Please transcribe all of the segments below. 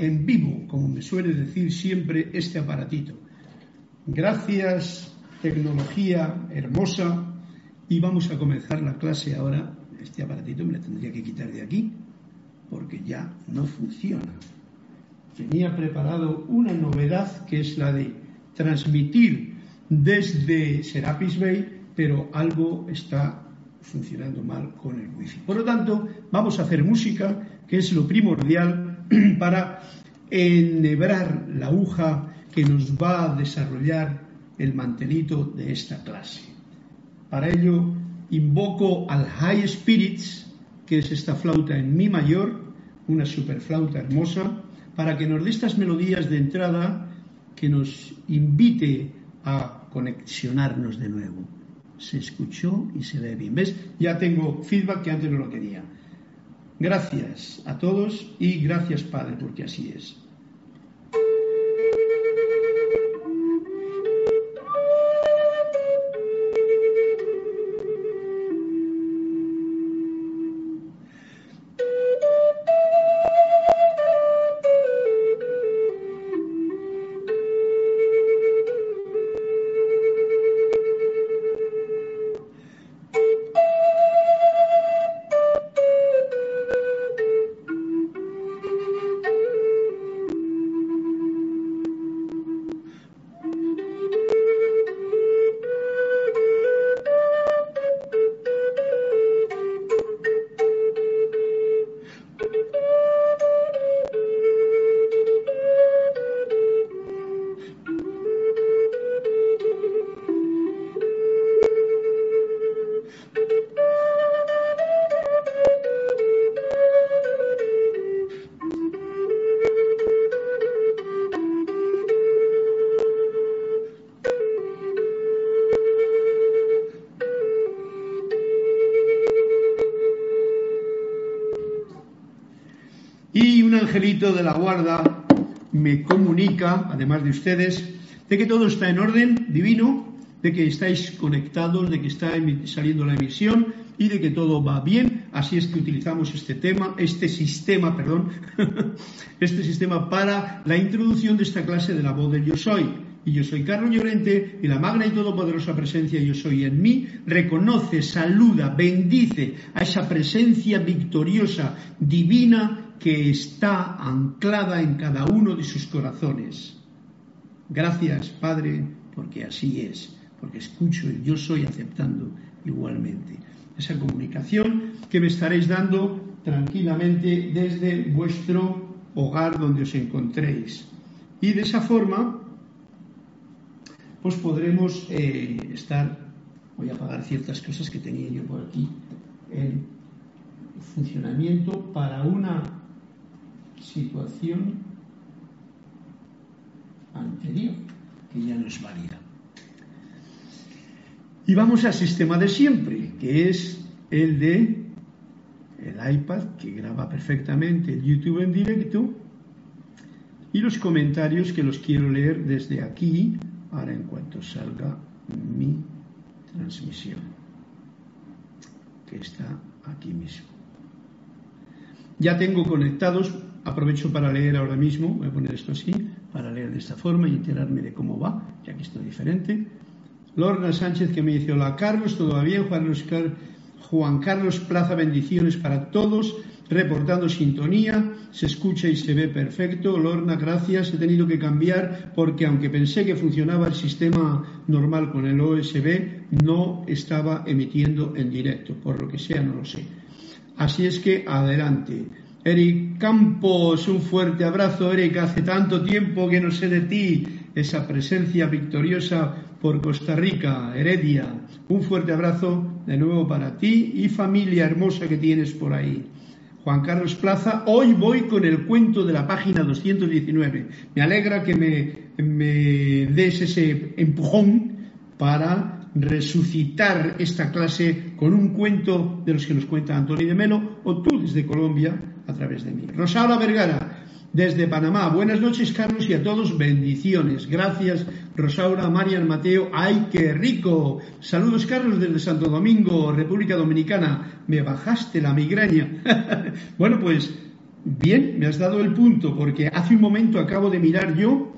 en vivo, como me suele decir siempre este aparatito. Gracias, tecnología hermosa, y vamos a comenzar la clase ahora. Este aparatito me lo tendría que quitar de aquí, porque ya no funciona. Tenía preparado una novedad que es la de transmitir desde Serapis Bay, pero algo está funcionando mal con el wifi. Por lo tanto, vamos a hacer música, que es lo primordial para enhebrar la aguja que nos va a desarrollar el mantelito de esta clase. Para ello, invoco al High Spirits, que es esta flauta en mi mayor, una superflauta hermosa, para que nos dé estas melodías de entrada que nos invite a conexionarnos de nuevo. Se escuchó y se ve bien. ¿Ves? Ya tengo feedback que antes no lo tenía. Gracias a todos y gracias, Padre, porque así es. Y un angelito de la guarda me comunica, además de ustedes, de que todo está en orden divino, de que estáis conectados, de que está saliendo la emisión y de que todo va bien. Así es que utilizamos este sistema para la introducción de esta clase de la voz del Yo Soy. Y yo soy Carlos Llorente, y la magna y todopoderosa presencia Yo Soy en mí reconoce, saluda, bendice a esa presencia victoriosa, divina, que está anclada en cada uno de sus corazones. Gracias, Padre, porque así es, porque escucho el Yo Soy aceptando igualmente esa comunicación que me estaréis dando tranquilamente desde vuestro hogar donde os encontréis. Y de esa forma, pues podremos voy a apagar ciertas cosas que tenía yo por aquí en funcionamiento para una situación anterior que ya no es válida. Y vamos al sistema de siempre, que es el de el iPad, que graba perfectamente el YouTube en directo, y los comentarios que los quiero leer desde aquí, ahora en cuanto salga mi transmisión, que está aquí mismo. Ya tengo conectados, aprovecho para leer ahora mismo, voy a poner esto así, para leer de esta forma y enterarme de cómo va, ya que esto es diferente. Lorna Sánchez, que me dice: hola Carlos, ¿todo va bien? Juan Carlos Plaza, bendiciones para todos, reportando sintonía, se escucha y se ve perfecto. Lorna, gracias, he tenido que cambiar porque aunque pensé que funcionaba el sistema normal con el USB, no estaba emitiendo en directo, por lo que sea, no lo sé. Así es que adelante. Eric Campos, un fuerte abrazo, Eric, hace tanto tiempo que no sé de ti, esa presencia victoriosa por Costa Rica, Heredia, un fuerte abrazo de nuevo para ti y familia hermosa que tienes por ahí. Juan Carlos Plaza, hoy voy con el cuento de la página 219, me alegra que me des ese empujón para resucitar esta clase con un cuento de los que nos cuenta Antoni de Melo o tú desde Colombia a través de mí. Rosaura Vergara, desde Panamá, buenas noches Carlos y a todos, bendiciones. Gracias Rosaura. Marian Mateo, ¡ay qué rico! Saludos Carlos desde Santo Domingo, República Dominicana. Me bajaste la migraña. Bueno, pues Bien, me has dado el punto, porque hace un momento acabo de mirar yo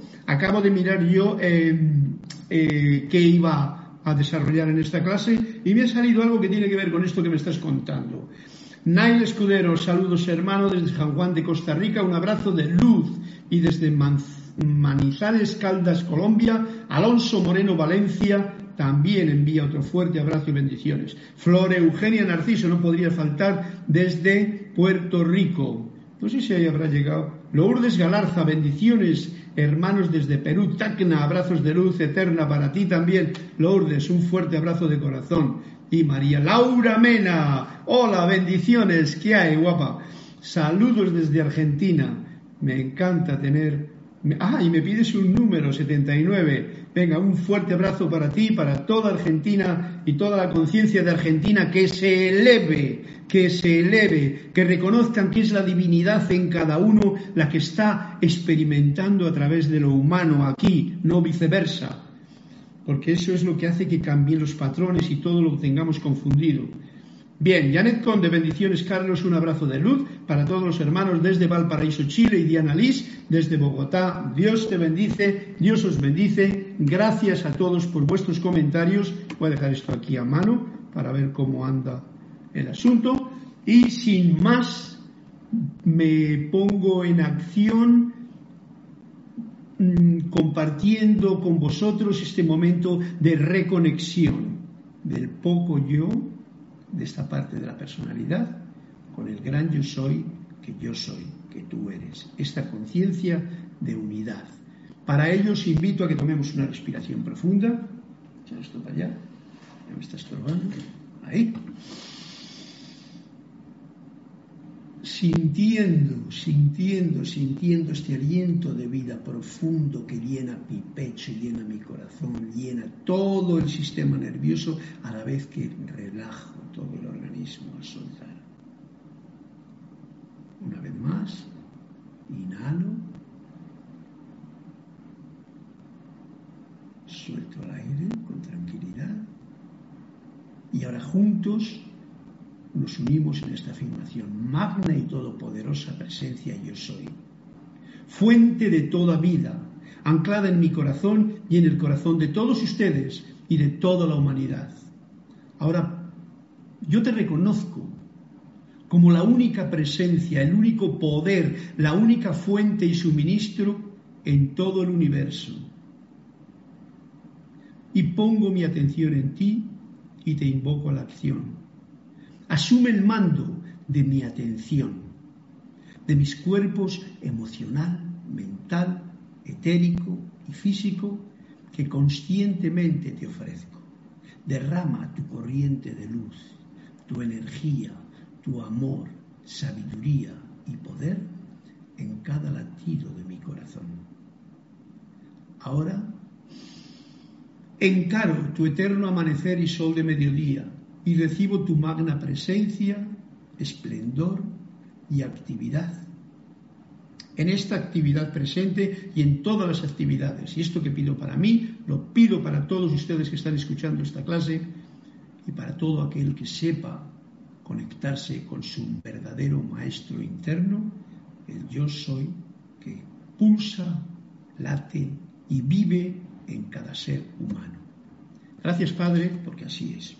qué iba a desarrollar en esta clase y me ha salido algo que tiene que ver con esto que me estás contando. Nail Escudero, saludos hermano desde San Juan de Costa Rica, un abrazo de luz, y desde Manizales, Caldas, Colombia, Alonso Moreno, Valencia, también envía otro fuerte abrazo y bendiciones. Flor Eugenia Narciso, no podría faltar, desde Puerto Rico. No sé si ahí habrá llegado. Lourdes Galarza, bendiciones, hermanos desde Perú. Tacna, abrazos de luz eterna para ti también. Lourdes, un fuerte abrazo de corazón. Y María Laura Mena, hola, bendiciones, ¿qué hay, guapa? Saludos desde Argentina. Me encanta tener... y me pides un número, 79. Venga, un fuerte abrazo para ti, para toda Argentina y toda la conciencia de Argentina, que se eleve, que reconozcan que es la divinidad en cada uno la que está experimentando a través de lo humano aquí, no viceversa, porque eso es lo que hace que cambien los patrones y todo lo tengamos confundido. Bien, Janet Conde, bendiciones Carlos, un abrazo de luz para todos los hermanos desde Valparaíso, Chile, y Diana Liz desde Bogotá. Dios te bendice, Dios os bendice. Gracias a todos por vuestros comentarios. Voy a dejar esto aquí a mano para ver cómo anda el asunto. Y sin más, me pongo en acción compartiendo con vosotros este momento de reconexión del poco yo, de esta parte de la personalidad, con el gran yo soy, que tú eres, esta conciencia de unidad. Para ello os invito a que tomemos una respiración profunda. Echa esto para allá, ya me está estorbando, ahí, sintiendo este aliento de vida profundo que llena mi pecho, llena mi corazón, llena todo el sistema nervioso, a la vez que relajo todo el organismo al soltar. Una vez más, inhalo, suelto el aire con tranquilidad, y ahora juntos nos unimos en esta afirmación: magna y todopoderosa presencia yo soy, fuente de toda vida, anclada en mi corazón y en el corazón de todos ustedes y de toda la humanidad. Ahora, yo te reconozco como la única presencia, el único poder, la única fuente y suministro en todo el universo. Y pongo mi atención en ti y te invoco a la acción. Asume el mando de mi atención, de mis cuerpos emocional, mental, etérico y físico que conscientemente te ofrezco. Derrama tu corriente de luz, tu energía, tu amor, sabiduría y poder en cada latido de mi corazón. Ahora encaro tu eterno amanecer y sol de mediodía y recibo tu magna presencia, esplendor y actividad. En esta actividad presente y en todas las actividades. Y esto que pido para mí, lo pido para todos ustedes que están escuchando esta clase y para todo aquel que sepa conectarse con su verdadero maestro interno, el yo soy que pulsa, late y vive en cada ser humano. Gracias, Padre, porque así es.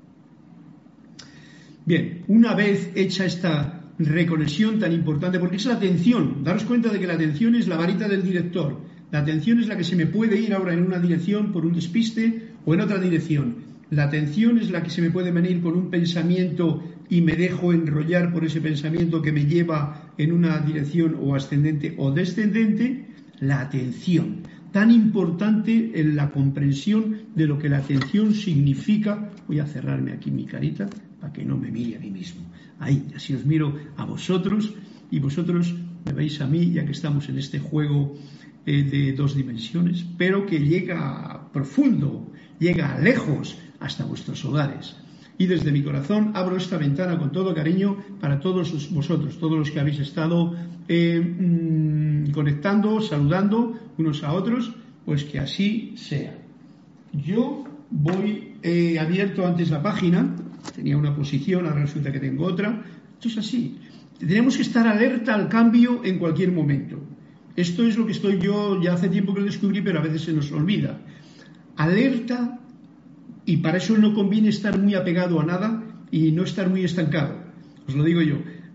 Bien, una vez hecha esta reconexión tan importante, porque es la atención, daros cuenta de que la atención es la varita del director, la atención es la que se me puede ir ahora en una dirección por un despiste o en otra dirección, la atención es la que se me puede venir con un pensamiento y me dejo enrollar por ese pensamiento que me lleva en una dirección o ascendente o descendente, la atención, tan importante en la comprensión de lo que la atención significa. Voy a cerrarme aquí mi carita para que no me mire a mí mismo. Ahí, así os miro a vosotros y vosotros me veis a mí, ya que estamos en este juego de dos dimensiones, pero que llega profundo, llega lejos hasta vuestros hogares. Y desde mi corazón abro esta ventana con todo cariño para todos vosotros, todos los que habéis estado conectando, saludando unos a otros, pues que así sea. Yo he abierto antes la página, tenía una posición, ahora resulta que tengo otra. Esto es así. Tenemos que estar alerta al cambio en cualquier momento. Esto es lo que estoy yo, ya hace tiempo que lo descubrí, pero a veces se nos olvida. Alerta, y para eso no conviene estar muy apegado a nada y no estar muy estancado. Os lo digo yo.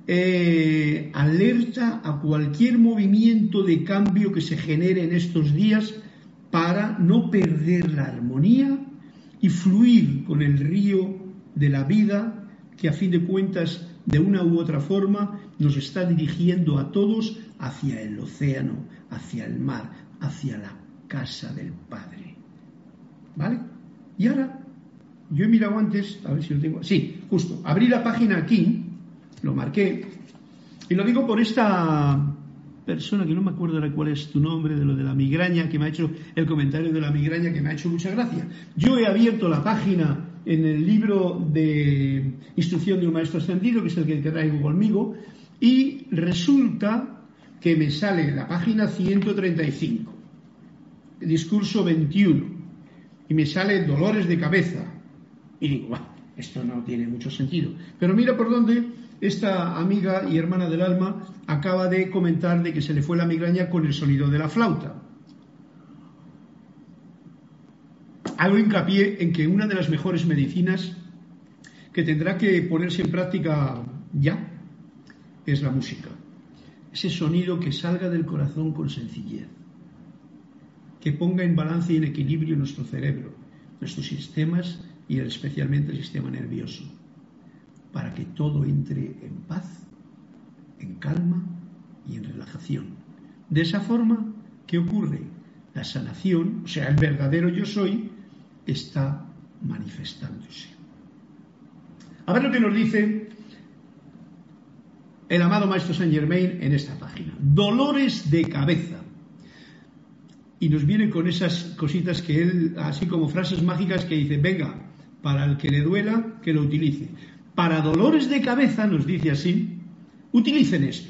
Alerta a cualquier movimiento de cambio que se genere en estos días para no perder la armonía y fluir con el río de la vida que a fin de cuentas de una u otra forma nos está dirigiendo a todos hacia el océano, hacia el mar, hacia la casa del Padre. ¿Vale? Y ahora, yo he mirado antes, a ver si lo tengo. Sí, justo, abrí la página aquí, lo marqué, y lo digo por esta persona que no me acuerdo ahora cuál es tu nombre, de lo de la migraña, que me ha hecho el comentario de la migraña, que me ha hecho mucha gracia. Yo he abierto la página en el libro de Instrucción de un Maestro Ascendido, que es el que traigo conmigo, y resulta que me sale la página 135, el discurso 21, y me sale dolores de cabeza. Y digo, bah, esto no tiene mucho sentido. Pero mira por dónde esta amiga y hermana del alma acaba de comentar de que se le fue la migraña con el sonido de la flauta. Hago hincapié en que una de las mejores medicinas que tendrá que ponerse en práctica ya es la música. Ese sonido que salga del corazón con sencillez, que ponga en balance y en equilibrio nuestro cerebro, nuestros sistemas y especialmente el sistema nervioso, para que todo entre en paz, en calma y en relajación. De esa forma, ¿qué ocurre? La sanación, o sea, el verdadero yo soy, está manifestándose. A ver lo que nos dice el amado Maestro Saint Germain en esta página. Dolores de cabeza. Y nos viene con esas cositas que él, así como frases mágicas que dice, venga, para el que le duela, que lo utilice. Para dolores de cabeza, nos dice así, utilicen esto.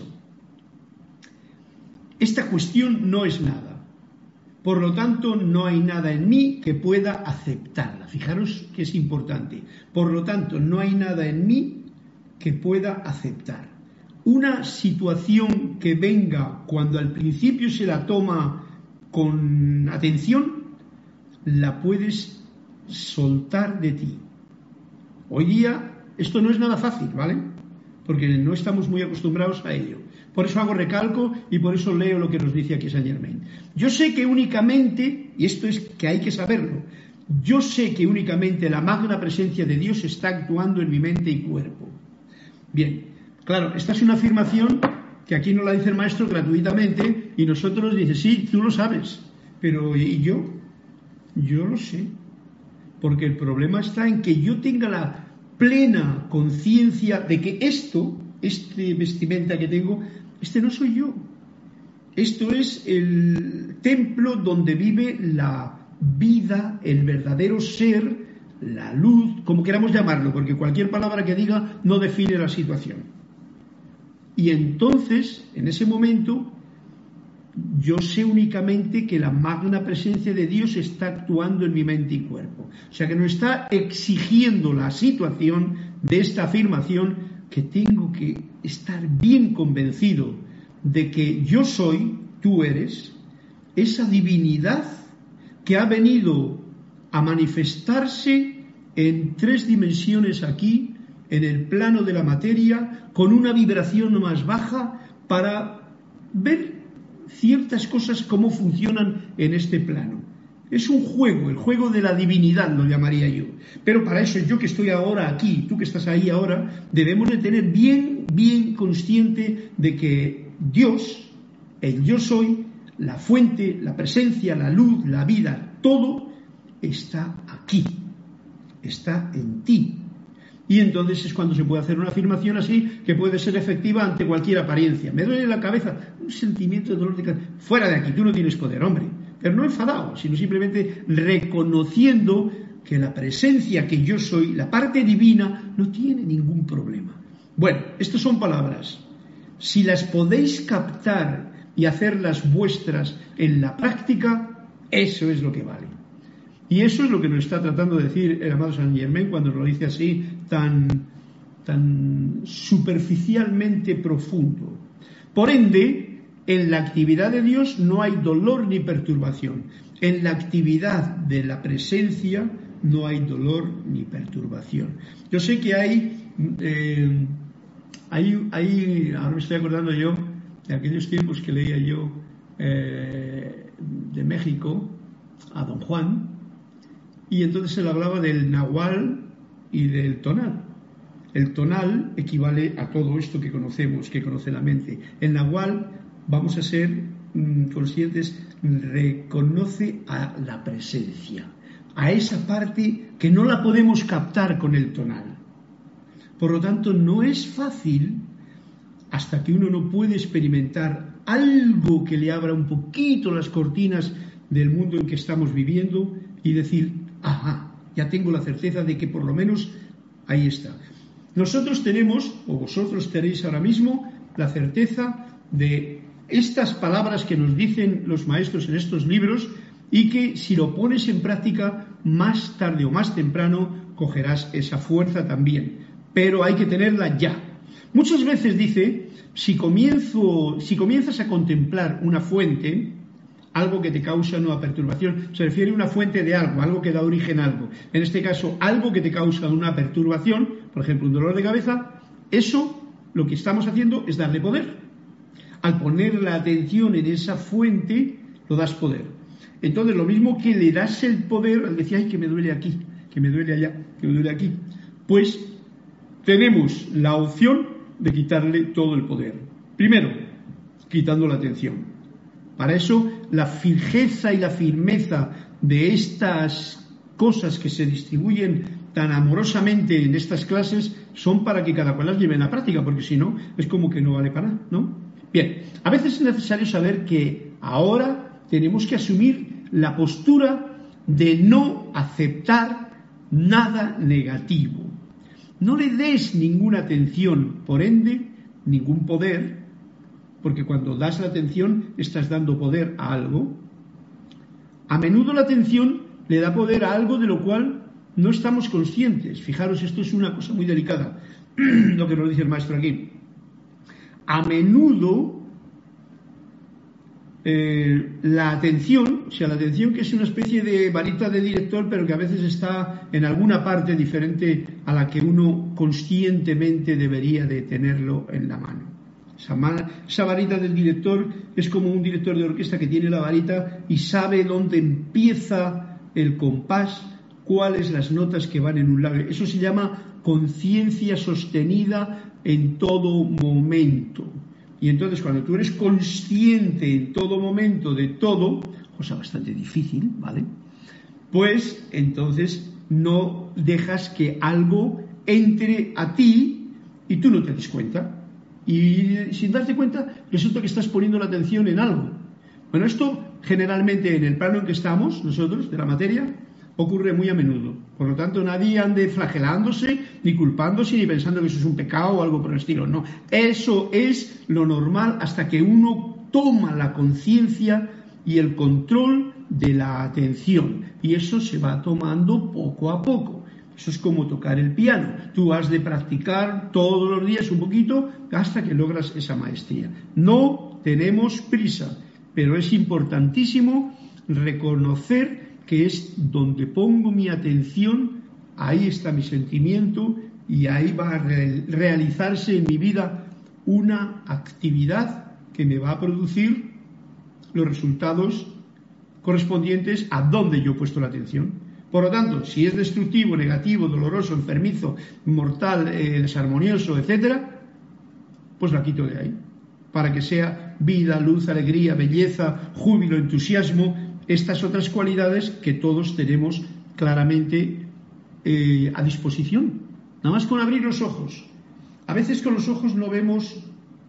Esta cuestión no es nada. Por lo tanto, no hay nada en mí que pueda aceptarla. Fijaros que es importante. Por lo tanto, no hay nada en mí que pueda aceptar. Una situación que venga cuando al principio se la toma con atención, la puedes soltar de ti. Hoy día esto no es nada fácil, ¿vale? Porque no estamos muy acostumbrados a ello. Por eso hago recalco y por eso leo lo que nos dice aquí Saint Germain. Yo sé que únicamente, y esto es que hay que saberlo, yo sé que únicamente la magna presencia de Dios está actuando en mi mente y cuerpo. Bien, claro, esta es una afirmación que aquí nos la dice el maestro gratuitamente y nosotros dice, sí, tú lo sabes, pero ¿y yo? Yo lo sé, porque el problema está en que yo tenga la plena conciencia de que este vestimenta que tengo, este no soy yo. Esto es el templo donde vive la vida, el verdadero ser, la luz, como queramos llamarlo, porque cualquier palabra que diga no define la situación. Y entonces, en ese momento, yo sé únicamente que la magna presencia de Dios está actuando en mi mente y cuerpo. O sea que nos está exigiendo la situación de esta afirmación que tengo que estar bien convencido de que yo soy, tú eres, esa divinidad que ha venido a manifestarse en 3 dimensiones aquí, en el plano de la materia, con una vibración más baja para ver ciertas cosas cómo funcionan en este plano. Es un juego, el juego de la divinidad lo llamaría yo. Pero para eso yo que estoy ahora aquí, tú que estás ahí ahora, debemos de tener bien consciente de que Dios, el yo soy, la fuente, la presencia, la luz, la vida, todo está aquí, está en ti. Y entonces es cuando se puede hacer una afirmación así, que puede ser efectiva ante cualquier apariencia. Me duele la cabeza, un sentimiento de dolor de cabeza. Fuera de aquí, tú no tienes poder, hombre. Pero no enfadado, sino simplemente reconociendo que la presencia que yo soy, la parte divina, no tiene ningún problema. Bueno, estas son palabras. Si las podéis captar y hacerlas vuestras en la práctica, eso es lo que vale. Y eso es lo que nos está tratando de decir el amado Saint Germain cuando lo dice así tan tan superficialmente profundo. Por ende, en la actividad de Dios no hay dolor ni perturbación. En la actividad de la presencia no hay dolor ni perturbación. Yo sé que ahora me estoy acordando yo de aquellos tiempos que leía yo de México a Don Juan, y entonces él hablaba del nahual y del tonal. El tonal equivale a todo esto que conocemos, que conoce la mente. El nahual, vamos a ser conscientes, reconoce a la presencia, a esa parte que no la podemos captar con el tonal. Por lo tanto, no es fácil, hasta que uno no puede experimentar algo que le abra un poquito las cortinas del mundo en que estamos viviendo y decir, ajá, ya tengo la certeza de que por lo menos ahí está. Nosotros tenemos, o vosotros tenéis ahora mismo, la certeza de estas palabras que nos dicen los maestros en estos libros, y que si lo pones en práctica, más tarde o más temprano cogerás esa fuerza también, pero hay que tenerla ya. Muchas veces dice, si comienzas a contemplar una fuente, algo que te causa una perturbación, se refiere a una fuente de algo que da origen a algo. En este caso, algo que te causa una perturbación, por ejemplo, un dolor de cabeza, eso lo que estamos haciendo es darle poder. Al poner la atención en esa fuente, lo das poder. Entonces, lo mismo que le das el poder, al decir, ay, que me duele aquí, que me duele allá, que me duele aquí, pues tenemos la opción de quitarle todo el poder. Primero, quitando la atención. Para eso, la fijeza y la firmeza de estas cosas que se distribuyen tan amorosamente en estas clases son para que cada cual las lleve en la práctica, porque si no, es como que no vale para nada, ¿no? Bien, a veces es necesario saber que ahora tenemos que asumir la postura de no aceptar nada negativo. No le des ninguna atención, por ende, ningún poder, porque cuando das la atención estás dando poder a algo. A menudo la atención le da poder a algo de lo cual no estamos conscientes. Fijaros, esto es una cosa muy delicada, lo que nos dice el maestro aquí. A menudo la atención, o sea, la atención que es una especie de varita de director, pero que a veces está en alguna parte diferente a la que uno conscientemente debería de tenerlo en la mano. Esa varita del director es como un director de orquesta que tiene la varita y sabe dónde empieza el compás, cuáles las notas que van en un lado. Eso se llama conciencia sostenida en todo momento. Y entonces cuando tú eres consciente en todo momento de todo, cosa bastante difícil, ¿vale? Pues entonces no dejas que algo entre a ti y tú no te des cuenta. Y sin darte cuenta resulta que estás poniendo la atención en algo. Bueno, esto generalmente en el plano en que estamos nosotros, de la materia, ocurre muy a menudo. Por lo tanto, nadie ande flagelándose, ni culpándose, ni pensando que eso es un pecado o algo por el estilo. No, eso es lo normal hasta que uno toma la conciencia y el control de la atención. Y eso se va tomando poco a poco. Eso es como tocar el piano. Tú has de practicar todos los días un poquito hasta que logras esa maestría. No tenemos prisa, pero es importantísimo reconocer que es donde pongo mi atención, ahí está mi sentimiento y ahí va a realizarse en mi vida una actividad que me va a producir los resultados correspondientes a donde yo he puesto la atención. Por lo tanto, si es destructivo, negativo, doloroso, enfermizo, mortal, desarmonioso, etcétera, pues la quito de ahí, para que sea vida, luz, alegría, belleza, júbilo, entusiasmo, estas otras cualidades que todos tenemos claramente a disposición. Nada más con abrir los ojos. A veces con los ojos no vemos,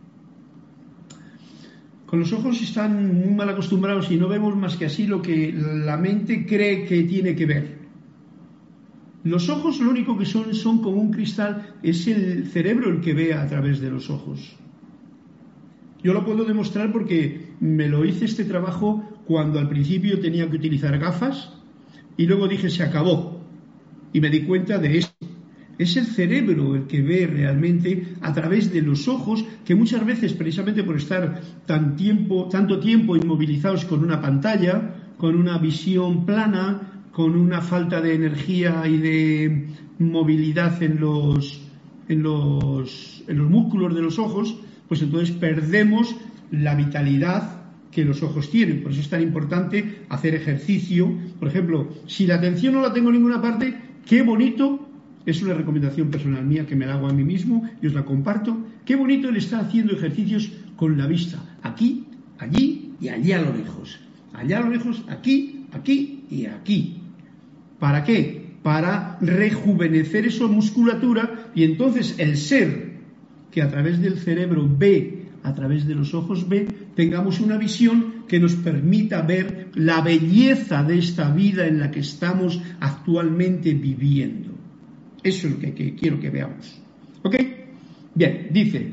con los ojos están muy mal acostumbrados y no vemos más que así lo que la mente cree que tiene que ver. Los ojos lo único que son como un cristal, es el cerebro el que ve a través de los ojos. Yo lo puedo demostrar porque me lo hice este trabajo cuando al principio tenía que utilizar gafas y luego dije se acabó y me di cuenta de esto. Es el cerebro el que ve realmente a través de los ojos, que muchas veces, precisamente por estar tanto tiempo inmovilizados con una pantalla, con una visión plana, con una falta de energía y de movilidad en los músculos de los ojos, pues entonces perdemos la vitalidad que los ojos tienen. Por eso es tan importante hacer ejercicio. Por ejemplo, si la atención no la tengo en ninguna parte, qué bonito. Es una recomendación personal mía que me la hago a mí mismo y os la comparto. Qué bonito el estar haciendo ejercicios con la vista. Aquí, allí y allá a lo lejos. Allá a lo lejos, aquí, aquí y aquí. ¿Para qué? Para rejuvenecer esa musculatura y entonces el ser que a través del cerebro ve, a través de los ojos ve, tengamos una visión que nos permita ver la belleza de esta vida en la que estamos actualmente viviendo. Eso es lo que quiero que veamos. ¿Ok? Bien, dice,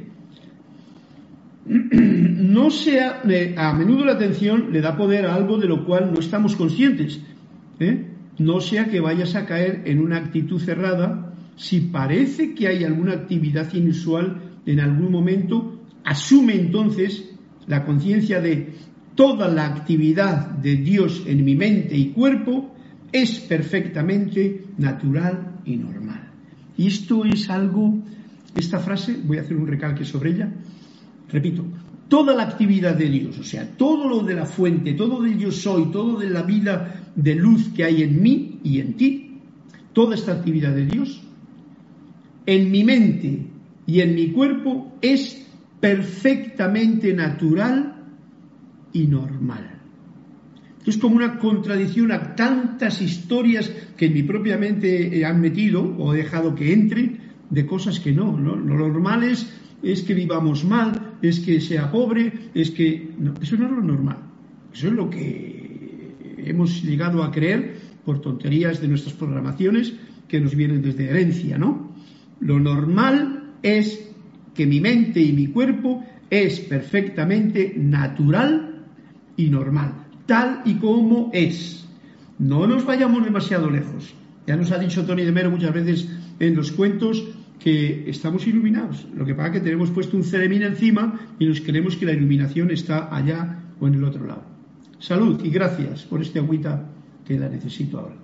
a menudo la atención le da poder a algo de lo cual no estamos conscientes. No sea que vayas a caer en una actitud cerrada. Si parece que hay alguna actividad inusual en algún momento, asume entonces la conciencia de toda la actividad de Dios en mi mente y cuerpo es perfectamente natural y normal. Y esto es algo, esta frase, voy a hacer un recalque sobre ella, repito, toda la actividad de Dios, o sea, todo lo de la fuente, todo del yo soy, todo de la vida de luz que hay en mí y en ti, toda esta actividad de Dios, en mi mente y en mi cuerpo es perfectamente natural y normal. Es como una contradicción a tantas historias que en mi propia mente han metido o he dejado que entren de cosas que no. Lo normal es que vivamos mal, es que sea pobre, es que... No, eso no es lo normal. Eso es lo que hemos llegado a creer por tonterías de nuestras programaciones que nos vienen desde herencia, ¿no? Lo normal es que mi mente y mi cuerpo es perfectamente natural y normal, tal y como es. No nos vayamos demasiado lejos. Ya nos ha dicho Tony de Mero muchas veces en los cuentos que estamos iluminados. Lo que pasa es que tenemos puesto un ceremina encima y nos creemos que la iluminación está allá o en el otro lado. Salud y gracias por esta agüita que la necesito ahora.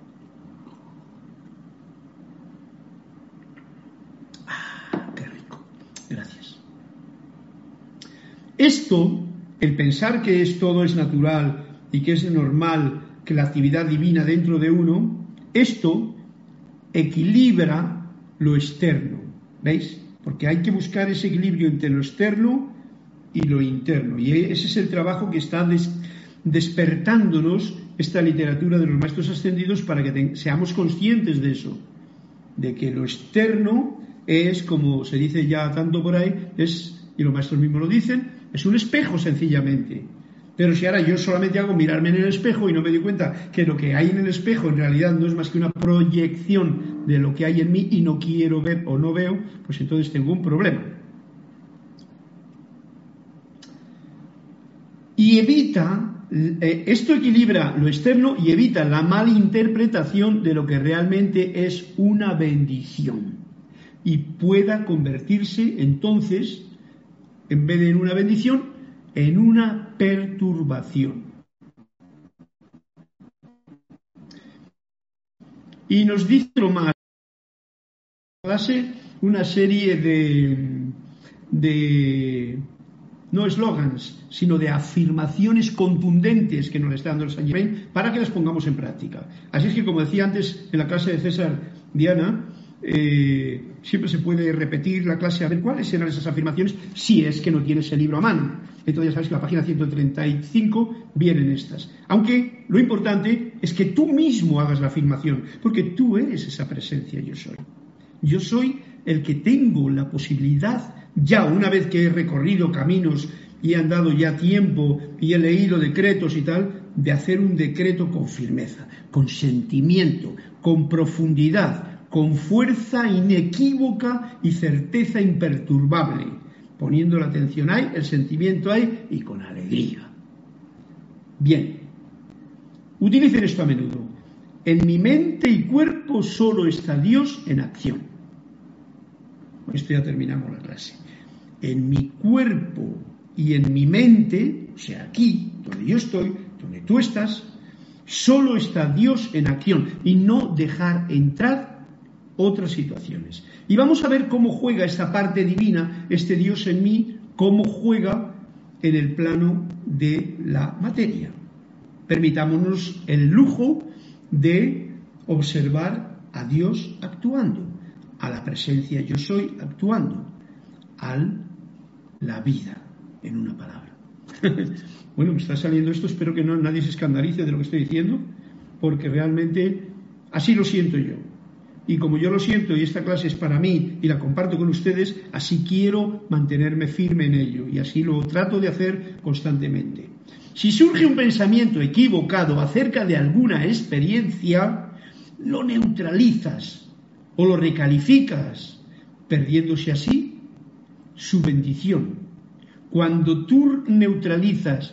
Qué rico. Gracias. Esto, el pensar que todo es natural y que es normal, que la actividad divina dentro de uno, esto equilibra lo externo, ¿veis? Porque hay que buscar ese equilibrio entre lo externo y lo interno, y ese es el trabajo que está despertándonos esta literatura de los maestros ascendidos para que seamos conscientes de eso, de que lo externo es, como se dice ya tanto por ahí, y los maestros mismos lo dicen, es un espejo sencillamente. Pero si ahora yo solamente hago mirarme en el espejo y no me doy cuenta que lo que hay en el espejo en realidad no es más que una proyección de lo que hay en mí y no quiero ver o no veo, pues entonces tengo un problema. Y esto equilibra lo externo y evita la malinterpretación de lo que realmente es una bendición. Y pueda convertirse entonces, en vez de en una bendición, en una perturbación. Y nos dice lo más, una serie de no eslogans, sino de afirmaciones contundentes que nos está dando el Saint Germain para que las pongamos en práctica. Así es que, como decía antes en la clase de César Diana, siempre se puede repetir la clase a ver cuáles eran esas afirmaciones si es que no tienes el libro a mano. Entonces ya sabes que en la página 135 vienen estas. Aunque lo importante es que tú mismo hagas la afirmación, porque tú eres esa presencia yo soy. Yo soy el que tengo la posibilidad, ya una vez que he recorrido caminos y he andado ya tiempo y he leído decretos y tal, de hacer un decreto con firmeza, con sentimiento, con profundidad, con fuerza inequívoca y certeza imperturbable, poniendo la atención ahí, el sentimiento ahí y con alegría. Bien, utilicen esto a menudo. En mi mente y cuerpo solo está Dios en acción. Con esto ya terminamos la clase. En mi cuerpo y en mi mente, o sea, aquí, donde yo estoy, donde tú estás, solo está Dios en acción y no dejar entrar otras situaciones. Y vamos a ver cómo juega esta parte divina, este Dios en mí, cómo juega en el plano de la materia. Permitámonos el lujo de observar a Dios actuando, a la presencia yo soy actuando, a la vida, en una palabra. Bueno, me está saliendo esto, espero que nadie se escandalice de lo que estoy diciendo, porque realmente así lo siento yo. Y como yo lo siento y esta clase es para mí y la comparto con ustedes, así quiero mantenerme firme en ello y así lo trato de hacer constantemente. Si surge un pensamiento equivocado acerca de alguna experiencia, lo neutralizas o lo recalificas, perdiéndose así su bendición. Cuando tú neutralizas,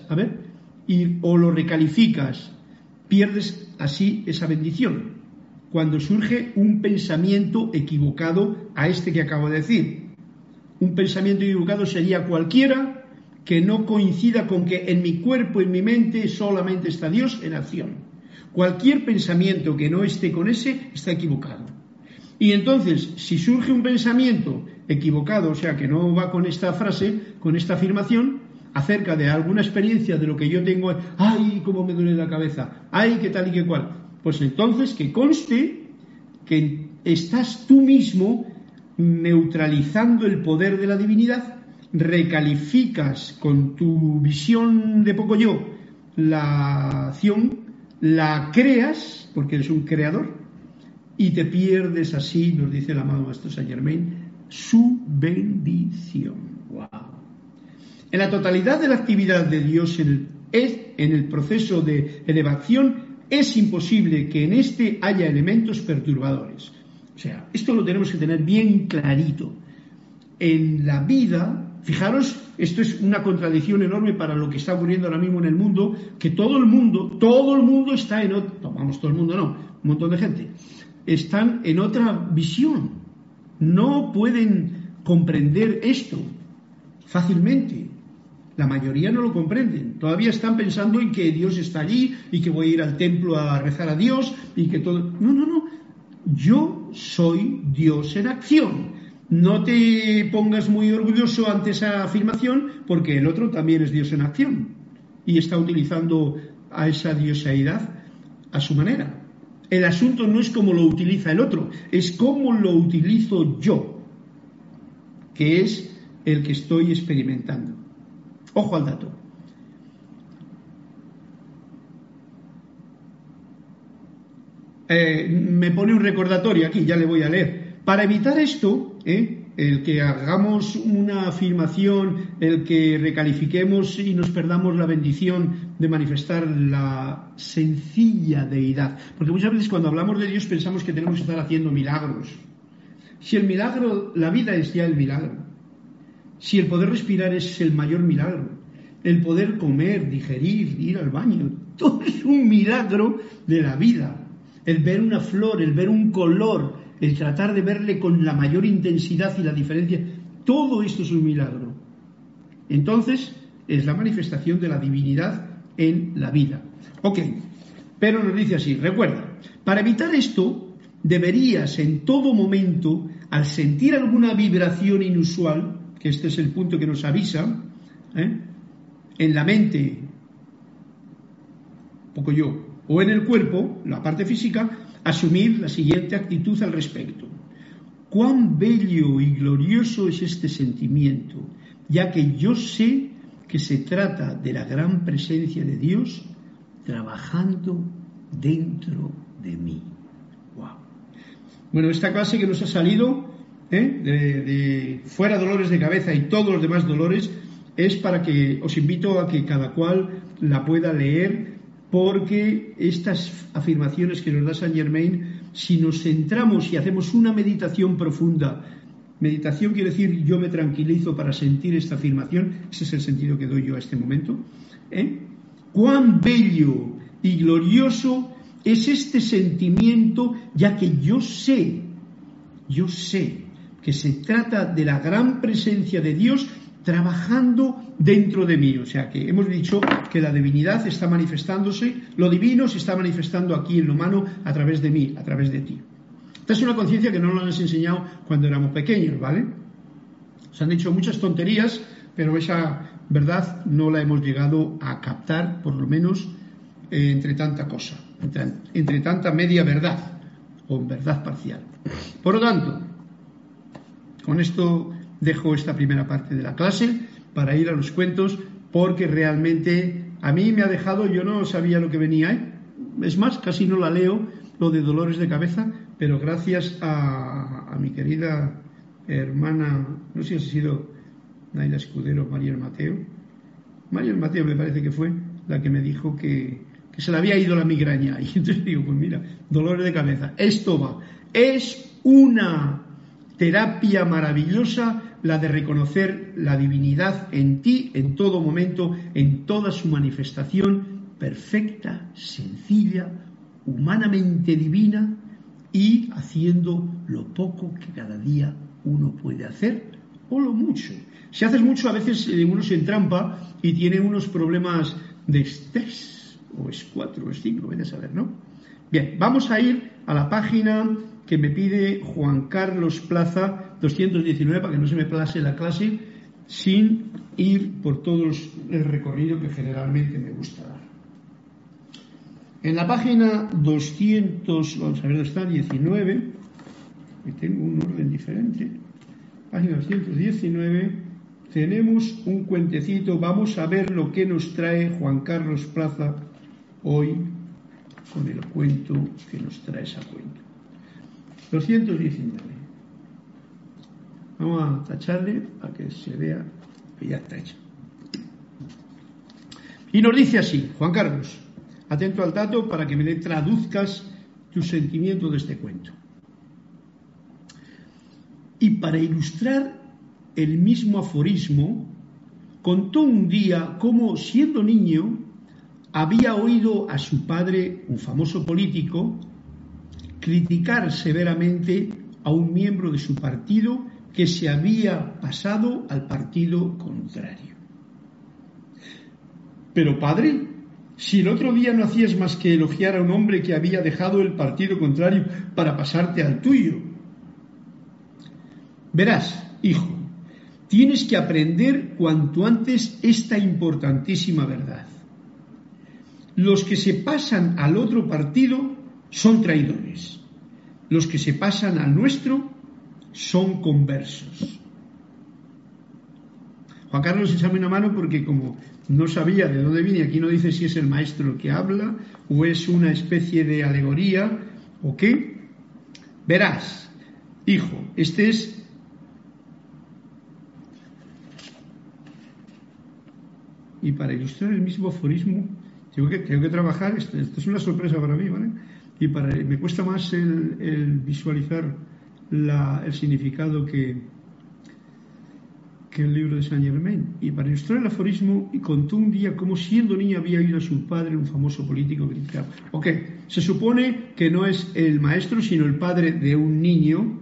o lo recalificas, pierdes así esa bendición. Cuando surge un pensamiento equivocado a este que acabo de decir. Un pensamiento equivocado sería cualquiera que no coincida con que en mi cuerpo, en mi mente, solamente está Dios en acción. Cualquier pensamiento que no esté con ese está equivocado. Y entonces, si surge un pensamiento equivocado, o sea, que no va con esta frase, con esta afirmación, acerca de alguna experiencia de lo que yo tengo, ¡ay, cómo me duele la cabeza! ¡Ay, qué tal y qué cual! Pues entonces que conste que estás tú mismo neutralizando el poder de la divinidad, recalificas con tu visión de poco yo la acción, la creas, porque eres un creador, y te pierdes así, nos dice el amado Maestro Saint Germain, su bendición. ¡Wow! En la totalidad de la actividad de Dios en el proceso de elevación, es imposible que en este haya elementos perturbadores. O sea, esto lo tenemos que tener bien clarito. En la vida, fijaros, esto es una contradicción enorme para lo que está ocurriendo ahora mismo en el mundo, que todo el mundo está en otro, vamos, todo el mundo no, un montón de gente, están en otra visión. No pueden comprender esto fácilmente. La mayoría no lo comprenden. Todavía están pensando en que Dios está allí y que voy a ir al templo a rezar a Dios y que todo... No. Yo soy Dios en acción. No te pongas muy orgulloso ante esa afirmación porque el otro también es Dios en acción y está utilizando a esa dioseidad a su manera. El asunto no es cómo lo utiliza el otro, es cómo lo utilizo yo, que es el que estoy experimentando. Ojo al dato. Me pone un recordatorio aquí, ya le voy a leer. Para evitar esto, el que hagamos una afirmación, el que recalifiquemos y nos perdamos la bendición de manifestar la sencilla deidad. Porque muchas veces cuando hablamos de Dios pensamos que tenemos que estar haciendo milagros. Si el milagro, la vida es ya el milagro. Si el poder respirar es el mayor milagro, el poder comer, digerir, ir al baño, todo es un milagro de la vida. El ver una flor, el ver un color, el tratar de verle con la mayor intensidad y la diferencia, todo esto es un milagro. Entonces, es la manifestación de la divinidad en la vida. Ok, pero nos dice así, recuerda, para evitar esto, deberías en todo momento, al sentir alguna vibración inusual, que este es el punto que nos avisa, en la mente, poco yo, o en el cuerpo, la parte física, asumir la siguiente actitud al respecto. Cuán bello y glorioso es este sentimiento, ya que yo sé que se trata de la gran presencia de Dios trabajando dentro de mí. Wow. Bueno, esta clase que nos ha salido de fuera dolores de cabeza y todos los demás dolores es para que os invito a que cada cual la pueda leer, porque estas afirmaciones que nos da Saint Germain, si nos centramos y hacemos una meditación profunda, meditación quiere decir yo me tranquilizo para sentir esta afirmación, ese es el sentido que doy yo a este momento, cuán bello y glorioso es este sentimiento, ya que yo sé que se trata de la gran presencia de Dios trabajando dentro de mí. O sea que hemos dicho que la divinidad está manifestándose, lo divino se está manifestando aquí en lo humano a través de mí, a través de ti. Esta es una conciencia que no nos han enseñado cuando éramos pequeños, ¿vale? Se han dicho muchas tonterías, pero esa verdad no la hemos llegado a captar, por lo menos entre tanta cosa, entre tanta media verdad o verdad parcial. Por lo tanto, con esto dejo esta primera parte de la clase para ir a los cuentos, porque realmente a mí me ha dejado, yo no sabía lo que venía ahí. Es más, casi no la leo, lo de dolores de cabeza, pero gracias a mi querida hermana, no sé si ha sido Naila Escudero o María Mateo me parece que fue la que me dijo que se le había ido la migraña, y entonces digo, pues mira, dolores de cabeza, esto va, es una terapia maravillosa la de reconocer la divinidad en ti en todo momento, en toda su manifestación perfecta, sencilla, humanamente divina, y haciendo lo poco que cada día uno puede hacer o lo mucho. Si haces mucho, a veces uno se entrampa y tiene unos problemas de estrés, o es 4 o es 5, vete a saber, ¿no? Bien, vamos a ir a la página que me pide Juan Carlos Plaza 219, para que no se me pase la clase sin ir por todo el recorrido que generalmente me gusta dar. En la página 200, vamos a ver dónde está, 19, que tengo un orden diferente, página 219, tenemos un cuentecito. Vamos a ver lo que nos trae Juan Carlos Plaza hoy con el cuento que nos trae ese cuento. 219. Vamos a tacharle para que se vea que ya está hecho. Y nos dice así, Juan Carlos, atento al dato para que me le traduzcas tu sentimiento de este cuento. Y para ilustrar el mismo aforismo, contó un día cómo, siendo niño, había oído a su padre, un famoso político, criticar severamente a un miembro de su partido que se había pasado al partido contrario. Pero padre, si el otro día no hacías más que elogiar a un hombre que había dejado el partido contrario para pasarte al tuyo. Verás, hijo, tienes que aprender cuanto antes esta importantísima verdad. Los que se pasan al otro partido son traidores. Los que se pasan al nuestro son conversos. Juan Carlos, échame una mano porque como no sabía de dónde viene, aquí no dice si es el maestro el que habla o es una especie de alegoría o qué. Verás, hijo, este es... Y para ilustrar el mismo aforismo, tengo que trabajar, esto es una sorpresa para mí, ¿vale? Y me cuesta más el visualizar el significado que el libro de Saint Germain. Y para ilustrar el aforismo, y contó un día cómo siendo niño había oído a su padre, un famoso político, criticar. Ok, se supone que no es el maestro, sino el padre de un niño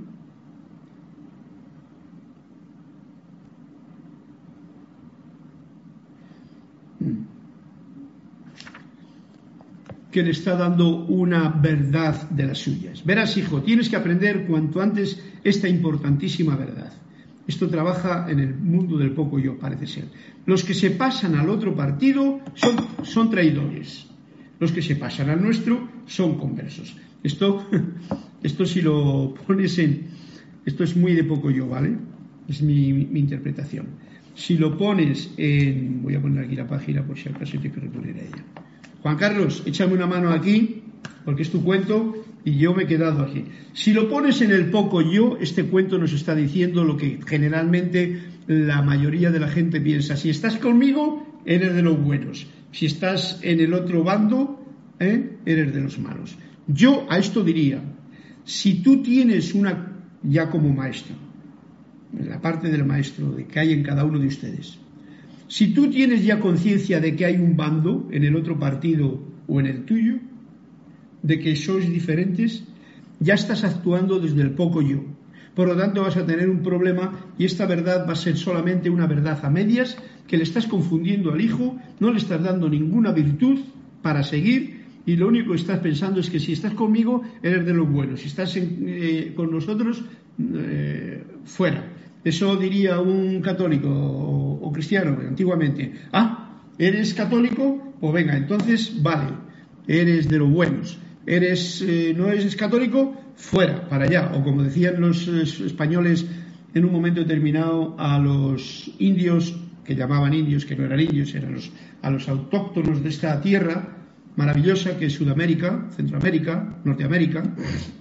que le está dando una verdad de las suyas. Verás, hijo, tienes que aprender cuanto antes esta importantísima verdad. Esto trabaja en el mundo del poco yo, parece ser. Los que se pasan al otro partido son traidores. Los que se pasan al nuestro son conversos. Esto si lo pones en... Esto es muy de poco yo, ¿vale? Es mi interpretación. Si lo pones en... Voy a poner aquí la página por si acaso tengo que recurrir a ella. Juan Carlos, échame una mano aquí, porque es tu cuento y yo me he quedado aquí. Si lo pones en el poco yo, este cuento nos está diciendo lo que generalmente la mayoría de la gente piensa. Si estás conmigo, eres de los buenos. Si estás en el otro bando, eres de los malos. Yo a esto diría, si tú tienes ya como maestro, en la parte del maestro de que hay en cada uno de ustedes, si tú tienes ya conciencia de que hay un bando en el otro partido o en el tuyo, de que sois diferentes, ya estás actuando desde el poco yo. Por lo tanto vas a tener un problema y esta verdad va a ser solamente una verdad a medias, que le estás confundiendo al hijo, no le estás dando ninguna virtud para seguir y lo único que estás pensando es que si estás conmigo eres de los buenos, si estás con nosotros, fuera. Eso diría un católico o cristiano antiguamente. ¿Eres católico? Pues venga, entonces vale, eres de los buenos. ¿No eres católico? Fuera, para allá. O como decían los españoles en un momento determinado a los indios, que llamaban indios, que no eran indios, eran a los autóctonos de esta tierra maravillosa que es Sudamérica, Centroamérica, Norteamérica.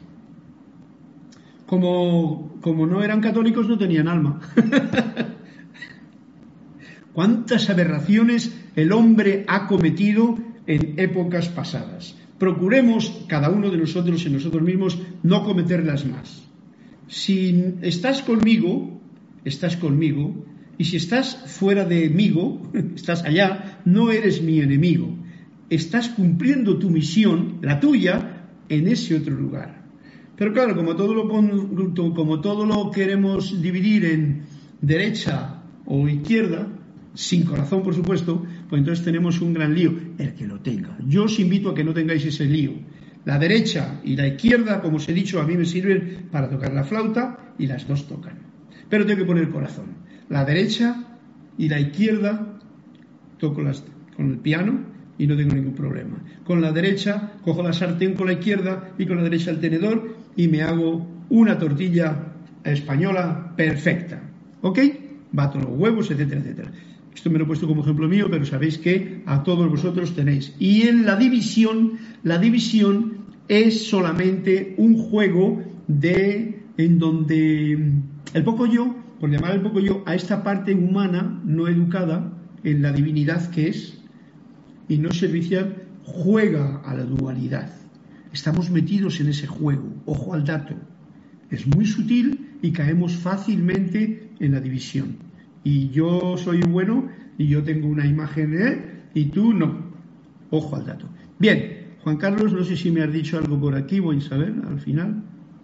Como no eran católicos, no tenían alma. ¿Cuántas aberraciones el hombre ha cometido en épocas pasadas? Procuremos, cada uno de nosotros en nosotros mismos, no cometerlas más. Si estás conmigo, y si estás fuera de migo, estás allá, no eres mi enemigo. Estás cumpliendo tu misión, la tuya, en ese otro lugar. Pero claro, como todo lo queremos dividir en derecha o izquierda, sin corazón por supuesto, pues entonces tenemos un gran lío, el que lo tenga. Yo os invito a que no tengáis ese lío. La derecha y la izquierda, como os he dicho, a mí me sirven para tocar la flauta y las dos tocan. Pero tengo que poner corazón. La derecha y la izquierda toco con el piano y no tengo ningún problema. Con la derecha cojo la sartén con la izquierda y con la derecha el tenedor y me hago una tortilla española perfecta. ¿Ok? Bato los huevos, etcétera, etcétera. Esto me lo he puesto como ejemplo mío, pero sabéis que a todos vosotros tenéis. Y en la división es solamente un juego en donde el poco yo, por llamar el poco yo, a esta parte humana no educada en la divinidad que es y no servicial, juega a la dualidad. Estamos metidos en ese juego, ojo al dato. Es muy sutil y caemos fácilmente en la división. Y yo soy bueno y yo tengo una imagen y tú no. Ojo al dato. Bien, Juan Carlos, no sé si me has dicho algo por aquí, voy a saber al final.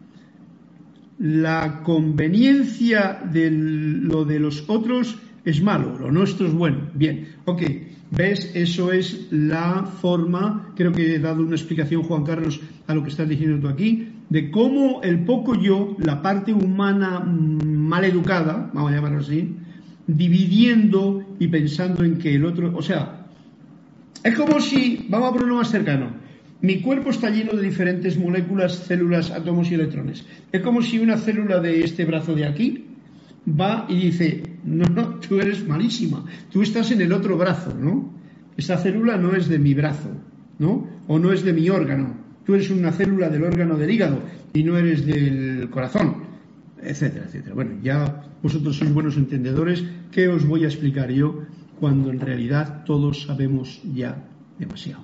La conveniencia de lo de los otros es malo, lo nuestro es bueno. Bien, ok. ¿Ves? Eso es la forma, creo que he dado una explicación, Juan Carlos, a lo que estás diciendo tú aquí, de cómo el poco yo, la parte humana mal educada, vamos a llamarlo así, dividiendo y pensando en que el otro, o sea, es como si, vamos a ponerlo más cercano, mi cuerpo está lleno de diferentes moléculas, células, átomos y electrones. Es como si una célula de este brazo de aquí va y dice, no, tú eres malísima, tú estás en el otro brazo, ¿no? Esta célula no es de mi brazo, ¿no? O no es de mi órgano, tú eres una célula del órgano del hígado y no eres del corazón, etcétera, etcétera. Bueno, ya vosotros sois buenos entendedores, ¿qué os voy a explicar yo cuando en realidad todos sabemos ya demasiado?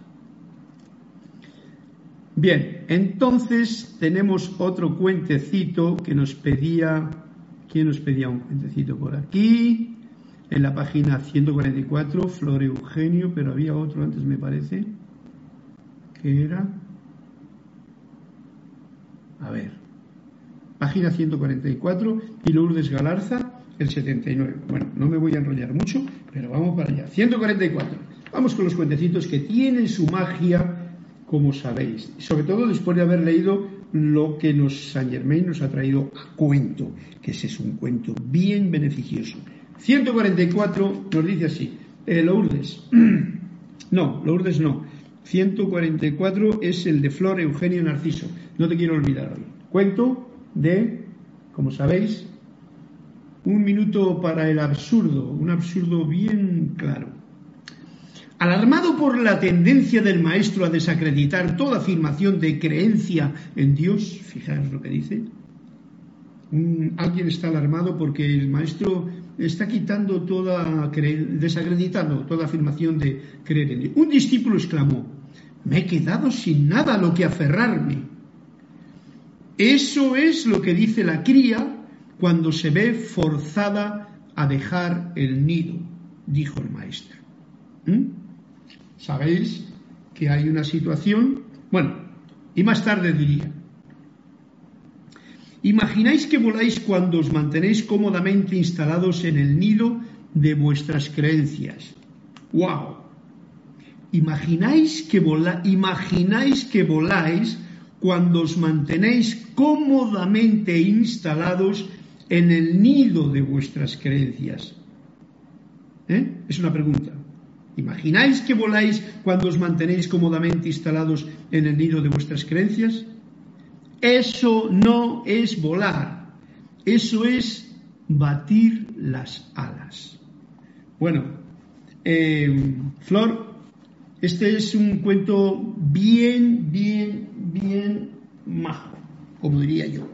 Bien, entonces tenemos otro cuentecito que nos pedía. ¿Quién nos pedía un cuentecito por aquí? En la página 144, Flor Eugenio, pero había otro antes, me parece. ¿Qué era? A ver. Página 144 y Lourdes Galarza, el 79. Bueno, no me voy a enrollar mucho, pero vamos para allá. 144. Vamos con los cuentecitos que tienen su magia, como sabéis. Sobre todo después de haber leído lo que Saint Germain nos ha traído a cuento, que ese es un cuento bien beneficioso. 144 nos dice así, Lourdes. No, Lourdes no. 144 es el de Flor Eugenio Narciso. No te quiero olvidar hoy. Cuento de, como sabéis, un minuto para el absurdo, un absurdo bien claro. Alarmado por la tendencia del maestro a desacreditar toda afirmación de creencia en Dios, fijaos lo que dice, alguien está alarmado porque el maestro está quitando desacreditando toda afirmación de creer en Dios. Un discípulo exclamó, me he quedado sin nada a lo que aferrarme. Eso es lo que dice la cría cuando se ve forzada a dejar el nido, dijo el maestro. Sabéis que hay una situación, bueno, y más tarde diría, Imagináis que voláis cuando os mantenéis cómodamente instalados en el nido de vuestras creencias. ¡Wow! Imagináis que voláis cuando os mantenéis cómodamente instalados en el nido de vuestras creencias. Es una pregunta. ¿Imagináis que voláis cuando os mantenéis cómodamente instalados en el nido de vuestras creencias? Eso no es volar, eso es batir las alas. Bueno, Flor, este es un cuento bien majo, como diría yo.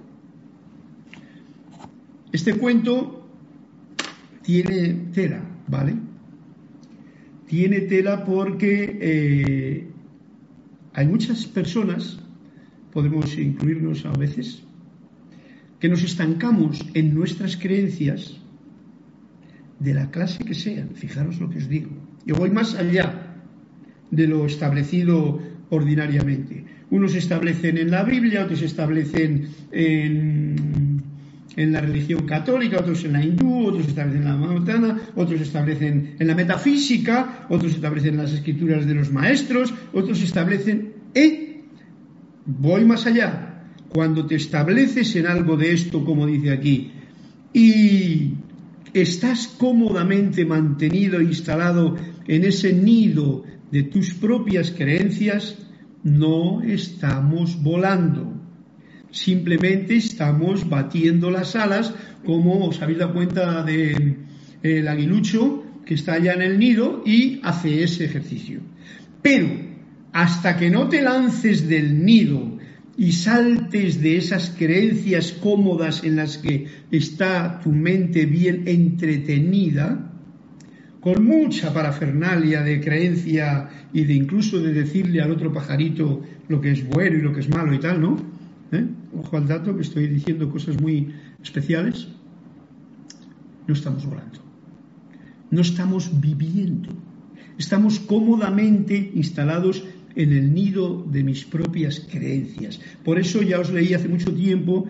Este cuento tiene tela, ¿vale? Tiene tela porque hay muchas personas, podemos incluirnos a veces, que nos estancamos en nuestras creencias de la clase que sean. Fijaros lo que os digo. Yo voy más allá de lo establecido ordinariamente. Unos se establecen en la Biblia, otros se establecen en la religión católica, otros en la hindú, otros se establecen en la mahometana, otros se establecen en la metafísica, otros se establecen en las escrituras de los maestros, otros se establecen voy más allá. Cuando te estableces en algo de esto, como dice aquí, y estás cómodamente mantenido e instalado en ese nido de tus propias creencias, no estamos volando. Simplemente estamos batiendo las alas, como os habéis dado cuenta del aguilucho que está allá en el nido y hace ese ejercicio. Pero hasta que no te lances del nido y saltes de esas creencias cómodas en las que está tu mente bien entretenida, con mucha parafernalia de creencia y de incluso de decirle al otro pajarito lo que es bueno y lo que es malo y tal, ¿no? Ojo al dato, que estoy diciendo cosas muy especiales. No estamos volando, no estamos viviendo, estamos cómodamente instalados en el nido de mis propias creencias. Por eso ya os leí hace mucho tiempo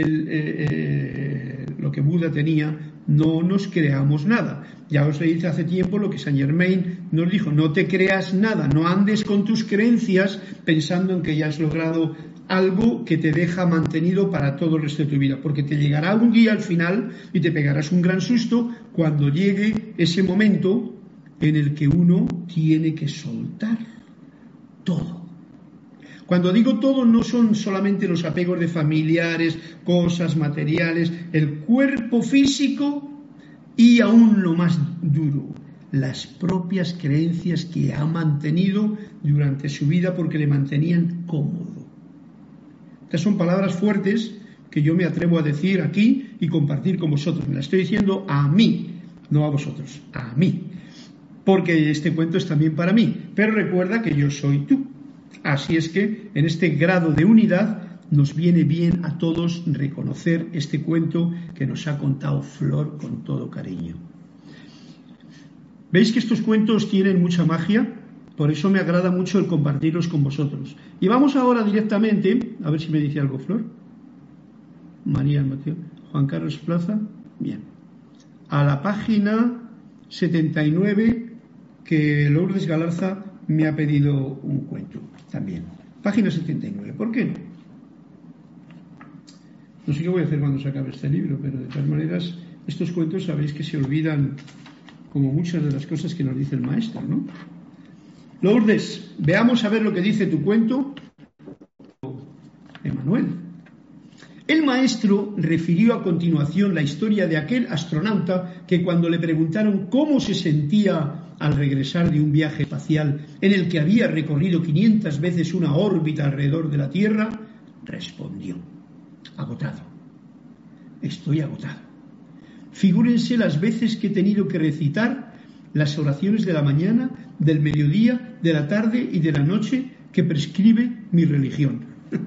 lo que Buda tenía: no nos creamos nada. Ya os leí hace tiempo lo que Saint Germain nos dijo: no te creas nada, no andes con tus creencias pensando en que ya has logrado algo que te deja mantenido para todo el resto de tu vida, porque te llegará un día al final y te pegarás un gran susto cuando llegue ese momento en el que uno tiene que soltar todo. Cuando digo todo, no son solamente los apegos de familiares, cosas materiales, el cuerpo físico y aún lo más duro, las propias creencias que ha mantenido durante su vida porque le mantenían cómodo. Estas son palabras fuertes que yo me atrevo a decir aquí y compartir con vosotros. Me las estoy diciendo a mí, no a vosotros, a mí. Porque este cuento es también para mí, pero recuerda que yo soy tú. Así es que en este grado de unidad nos viene bien a todos reconocer este cuento que nos ha contado Flor con todo cariño. ¿Veis que estos cuentos tienen mucha magia? Por eso me agrada mucho el compartirlos con vosotros. Y vamos ahora directamente, a ver si me dice algo Flor. María Mateo, Juan Carlos Plaza, bien. A la página 79, que Lourdes Galarza me ha pedido un cuento también. Página 79, ¿por qué no? No sé qué voy a hacer cuando se acabe este libro, pero de todas maneras, estos cuentos sabéis que se olvidan como muchas de las cosas que nos dice el maestro, ¿no? Lourdes, veamos a ver lo que dice tu cuento. Emanuel. El maestro refirió a continuación la historia de aquel astronauta que cuando le preguntaron cómo se sentía al regresar de un viaje espacial en el que había recorrido 500 veces una órbita alrededor de la Tierra, respondió: agotado. Estoy agotado. Figúrense las veces que he tenido que recitar las oraciones de la mañana, del mediodía, de la tarde y de la noche que prescribe mi religión.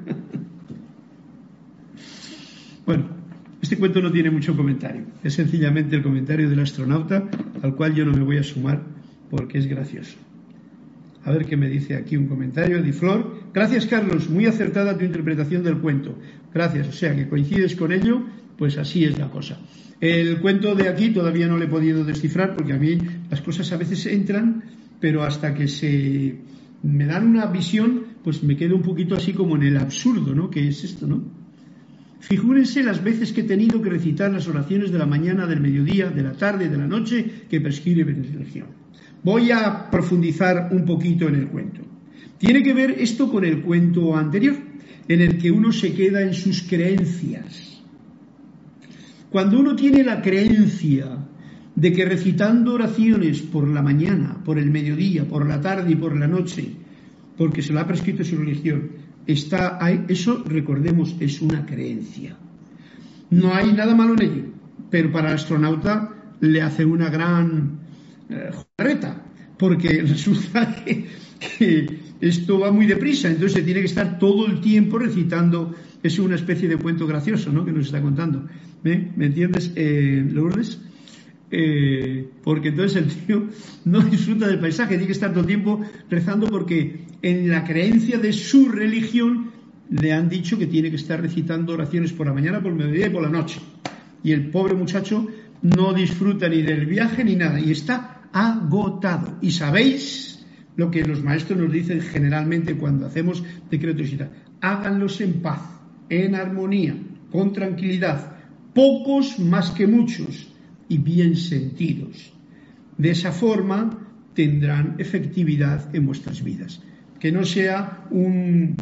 Bueno, este cuento no tiene mucho comentario. Es sencillamente el comentario del astronauta, al cual yo no me voy a sumar porque es gracioso. A ver qué me dice aquí un comentario de Flor. Gracias, Carlos, muy acertada tu interpretación del cuento. Gracias, o sea que coincides con ello, pues así es la cosa. El cuento de aquí todavía no lo he podido descifrar porque a mí las cosas a veces entran, pero hasta que me dan una visión, pues me quedo un poquito así como en el absurdo, ¿no? ¿Qué es esto, no? Figúrense las veces que he tenido que recitar las oraciones de la mañana, del mediodía, de la tarde, de la noche que prescribe mi religión. Voy a profundizar un poquito en el cuento. Tiene que ver esto con el cuento anterior, en el que uno se queda en sus creencias. Cuando uno tiene la creencia de que recitando oraciones por la mañana, por el mediodía, por la tarde y por la noche, porque se lo ha prescrito su religión, está ahí, eso, recordemos, es una creencia. No hay nada malo en ello, pero para el astronauta le hace una gran jugarreta, porque resulta que esto va muy deprisa, entonces se tiene que estar todo el tiempo recitando. Es una especie de cuento gracioso, ¿no?, que nos está contando. ¿Me entiendes, Lourdes? Porque entonces el tío no disfruta del paisaje, tiene que estar todo el tiempo rezando porque en la creencia de su religión le han dicho que tiene que estar recitando oraciones por la mañana, por el mediodía y por la noche. Y el pobre muchacho no disfruta ni del viaje ni nada y está agotado. Y sabéis lo que los maestros nos dicen generalmente cuando hacemos decretos y tal: háganlos en paz, en armonía, con tranquilidad, pocos más que muchos y bien sentidos. De esa forma tendrán efectividad en vuestras vidas. Que no sea un...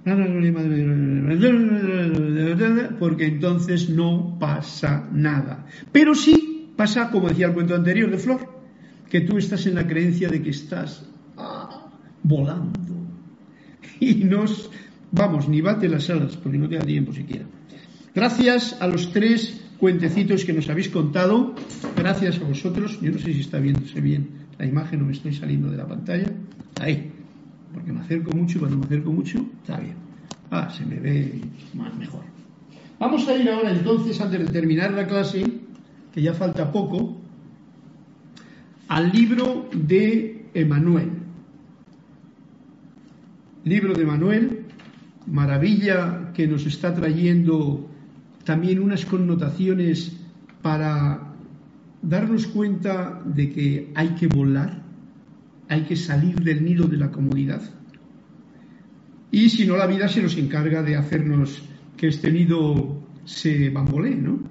porque entonces no pasa nada. Pero sí pasa, como decía el cuento anterior de Flor, que tú estás en la creencia de que estás volando. Y ni bate las alas, porque no te da tiempo siquiera. Gracias a los 3 cuentecitos que nos habéis contado, gracias a vosotros. Yo no sé si está viéndose bien la imagen o me estoy saliendo de la pantalla. Ahí, porque me acerco mucho y cuando me acerco mucho, está bien. Se me ve mejor. Vamos a ir ahora entonces, antes de terminar la clase, que ya falta poco, al libro de Emanuel. Libro de Emanuel, maravilla que nos está trayendo también unas connotaciones para darnos cuenta de que hay que volar, hay que salir del nido de la comodidad. Y si no, la vida se nos encarga de hacernos que este nido se bambolee, ¿no?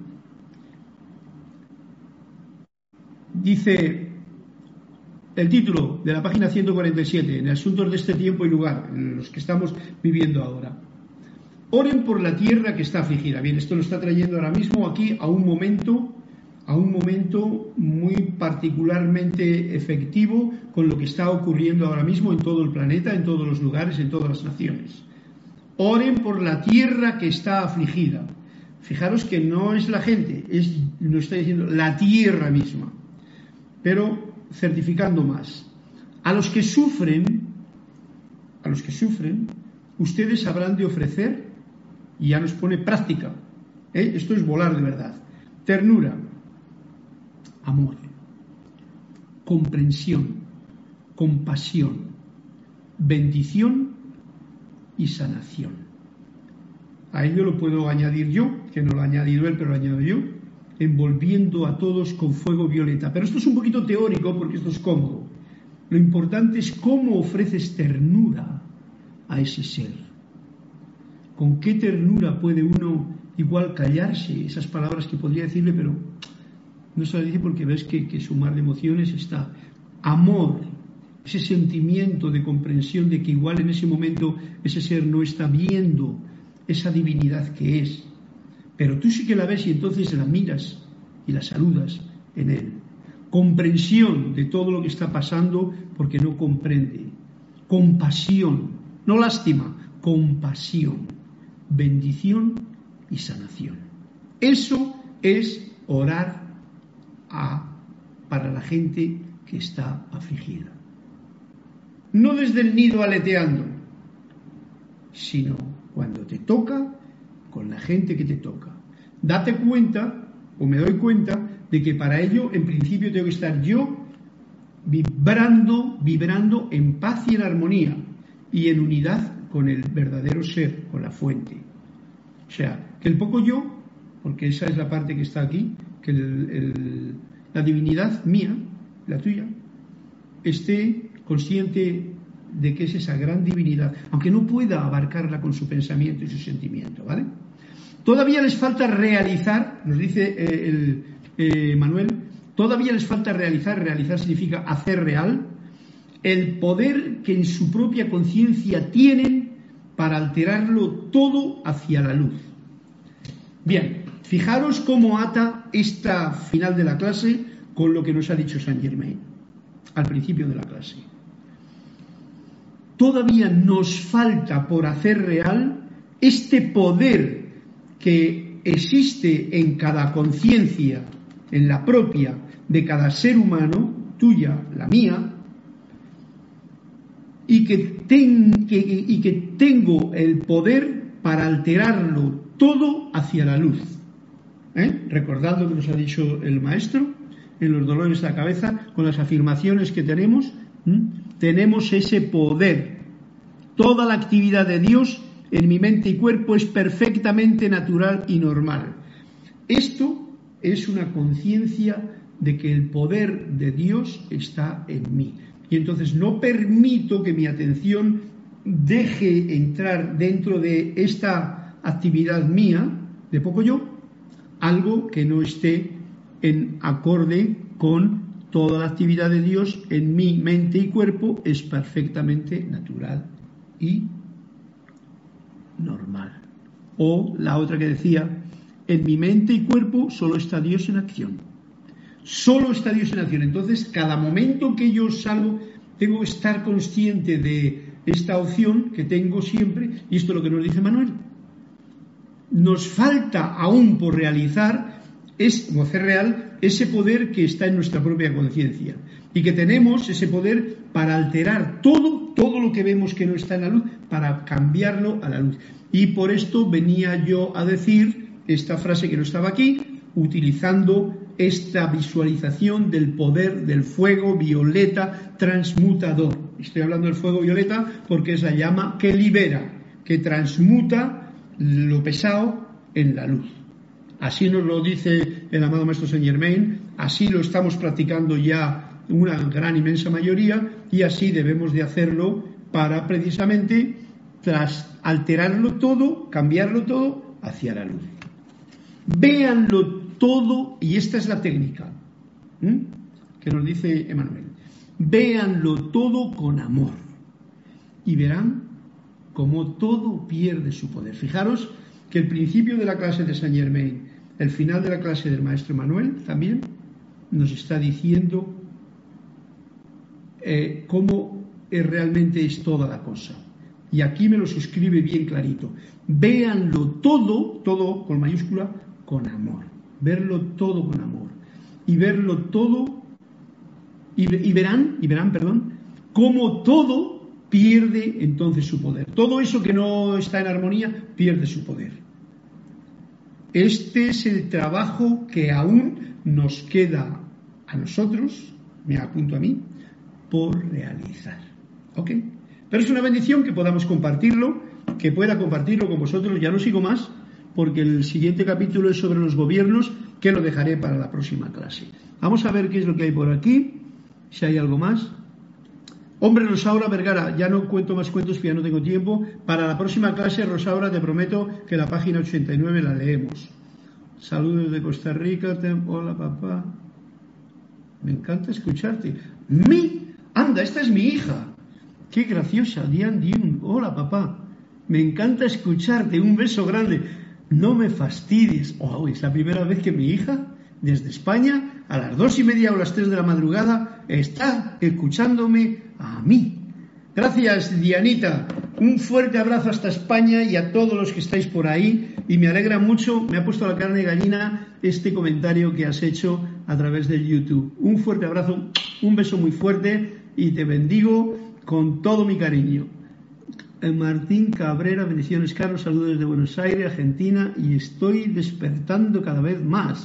Dice el título de la página 147, en asuntos de este tiempo y lugar, en los que estamos viviendo ahora. Oren por la tierra que está afligida. Bien, esto lo está trayendo ahora mismo aquí a un momento muy particularmente efectivo con lo que está ocurriendo ahora mismo en todo el planeta, en todos los lugares, en todas las naciones. Oren por la tierra que está afligida. Fijaros que no es la gente, nos está diciendo la tierra misma. Pero certificando más, a los que sufren, ustedes habrán de ofrecer, y ya nos pone práctica, esto es volar de verdad: ternura, amor, comprensión, compasión, bendición y sanación. A ello lo puedo añadir yo, que no lo ha añadido él, pero lo añado yo: envolviendo a todos con fuego violeta. Pero esto es un poquito teórico porque esto es cómodo. Lo importante es cómo ofreces ternura a ese ser. ¿Con qué ternura puede uno igual callarse esas palabras que podría decirle, pero no se las dice porque ves que su mar de emociones está? Amor, ese sentimiento de comprensión de que igual en ese momento ese ser no está viendo esa divinidad que es, pero tú sí que la ves y entonces la miras y la saludas en él. Comprensión de todo lo que está pasando porque no comprende. Compasión, no lástima, compasión, bendición y sanación. Eso es orar para la gente que está afligida. No desde el nido aleteando, sino cuando te toca, con la gente que te toca. Date cuenta, o me doy cuenta, de que para ello en principio tengo que estar yo vibrando en paz y en armonía y en unidad con el verdadero ser, con la fuente. O sea, que el poco yo, porque esa es la parte que está aquí, que la divinidad mía, la tuya, esté consciente de que es esa gran divinidad, aunque no pueda abarcarla con su pensamiento y su sentimiento, ¿vale? Todavía les falta realizar, nos dice Manuel, todavía les falta realizar significa hacer real, el poder que en su propia conciencia tienen para alterarlo todo hacia la luz. Bien, fijaros cómo ata esta final de la clase con lo que nos ha dicho Saint Germain al principio de la clase. Todavía nos falta por hacer real este poder que existe en cada conciencia, en la propia de cada ser humano, tuya, la mía, y que tengo el poder para alterarlo todo hacia la luz. Recordad lo que nos ha dicho el maestro en los dolores de la cabeza, con las afirmaciones que tenemos, tenemos ese poder. Toda la actividad de Dios en mi mente y cuerpo es perfectamente natural y normal. Esto es una conciencia de que el poder de Dios está en mí. Y entonces no permito que mi atención deje entrar dentro de esta actividad mía, de poco yo, algo que no esté en acorde con toda la actividad de Dios en mi mente y cuerpo, es perfectamente natural y normal. O la otra que decía, en mi mente y cuerpo solo está Dios en acción. Solo está Dios en acción. Entonces, cada momento que yo salgo, tengo que estar consciente de esta opción que tengo siempre, y esto es lo que nos dice Manuel. Nos falta aún por realizar, o hacer real, ese poder que está en nuestra propia conciencia, y que tenemos ese poder para alterar todo lo que vemos que no está en la luz, para cambiarlo a la luz. Y por esto venía yo a decir esta frase que no estaba aquí, utilizando esta visualización del poder del fuego violeta transmutador. Estoy hablando del fuego violeta porque es la llama que libera, que transmuta lo pesado en la luz. Así nos lo dice el amado Maestro Saint Germain, así lo estamos practicando ya una gran inmensa mayoría, y así debemos de hacerlo para precisamente tras alterarlo todo, cambiarlo todo hacia la luz. Véanlo todo, y esta es la técnica que nos dice Emmanuel, véanlo todo con amor y verán cómo todo pierde su poder. Fijaros que el principio de la clase de Saint Germain, el final de la clase del maestro Emmanuel también nos está diciendo cómo realmente es toda la cosa. Y aquí me lo suscribe bien clarito. Véanlo todo con mayúscula, con amor. Verlo todo con amor. Y verlo todo, y verán, cómo todo pierde entonces su poder. Todo eso que no está en armonía pierde su poder. Este es el trabajo que aún nos queda a nosotros, me apunto a mí, por realizar. ¿Ok? Pero es una bendición que podamos compartirlo, que pueda compartirlo con vosotros. Ya no sigo más, porque el siguiente capítulo es sobre los gobiernos, que lo dejaré para la próxima clase. Vamos a ver qué es lo que hay por aquí, si hay algo más. Hombre, Rosaura Vergara, ya no cuento más cuentos, que ya no tengo tiempo. Para la próxima clase, Rosaura, te prometo que la página 89 la leemos. Saludos de Costa Rica. Hola, papá. Me encanta escucharte. Anda, esta es mi hija. Qué graciosa, Diane Dune. Hola, papá. Me encanta escucharte. Un beso grande. No me fastidies. Oh, es la primera vez que mi hija, desde España, a las 2:30 o las 3 de la madrugada, está escuchándome a mí. Gracias, Dianita. Un fuerte abrazo hasta España y a todos los que estáis por ahí. Y me alegra mucho, me ha puesto la carne de gallina este comentario que has hecho a través del YouTube. Un fuerte abrazo, un beso muy fuerte y te bendigo con todo mi cariño. Martín Cabrera, bendiciones, Carlos, saludos desde Buenos Aires, Argentina, y estoy despertando cada vez más.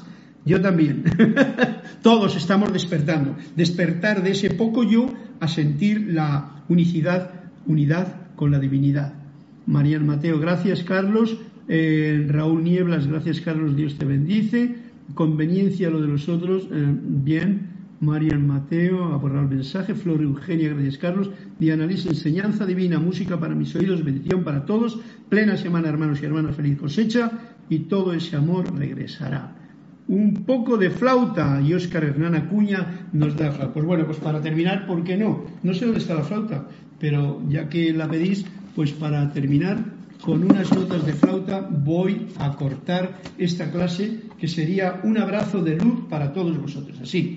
Yo también. Todos estamos despertando. Despertar de ese poco yo a sentir la unidad con la divinidad. Marian Mateo, gracias Carlos. Raúl Nieblas, gracias Carlos, Dios te bendice. Conveniencia lo de los otros, bien. Marian Mateo, a borrar el mensaje. Flor Eugenia, gracias Carlos. Diana Liz, enseñanza divina, música para mis oídos, bendición para todos. Plena semana, hermanos y hermanas, feliz cosecha. Y todo ese amor regresará. Un poco de flauta, y Óscar Hernán Acuña nos da flauta. Pues bueno, pues para terminar, ¿por qué no? No sé dónde está la flauta, pero ya que la pedís, pues para terminar, con unas notas de flauta voy a cortar esta clase, que sería un abrazo de luz para todos vosotros. Así.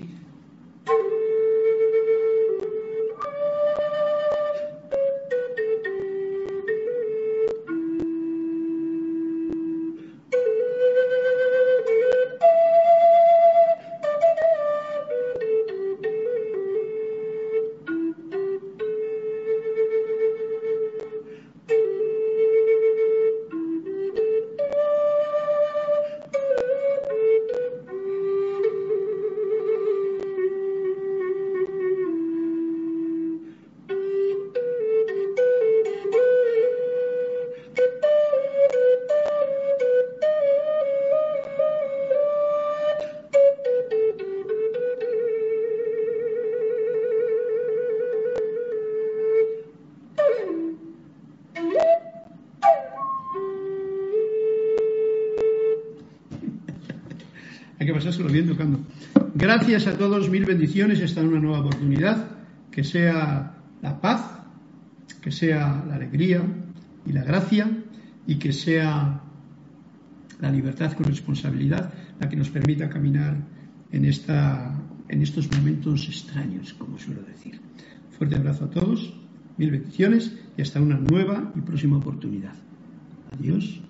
Hay que pasárselo bien tocando. Gracias a todos, mil bendiciones, hasta una nueva oportunidad. Que sea la paz, que sea la alegría y la gracia, y que sea la libertad con responsabilidad la que nos permita caminar en estos momentos extraños, como suelo decir. Fuerte abrazo a todos, mil bendiciones y hasta una nueva y próxima oportunidad. Adiós.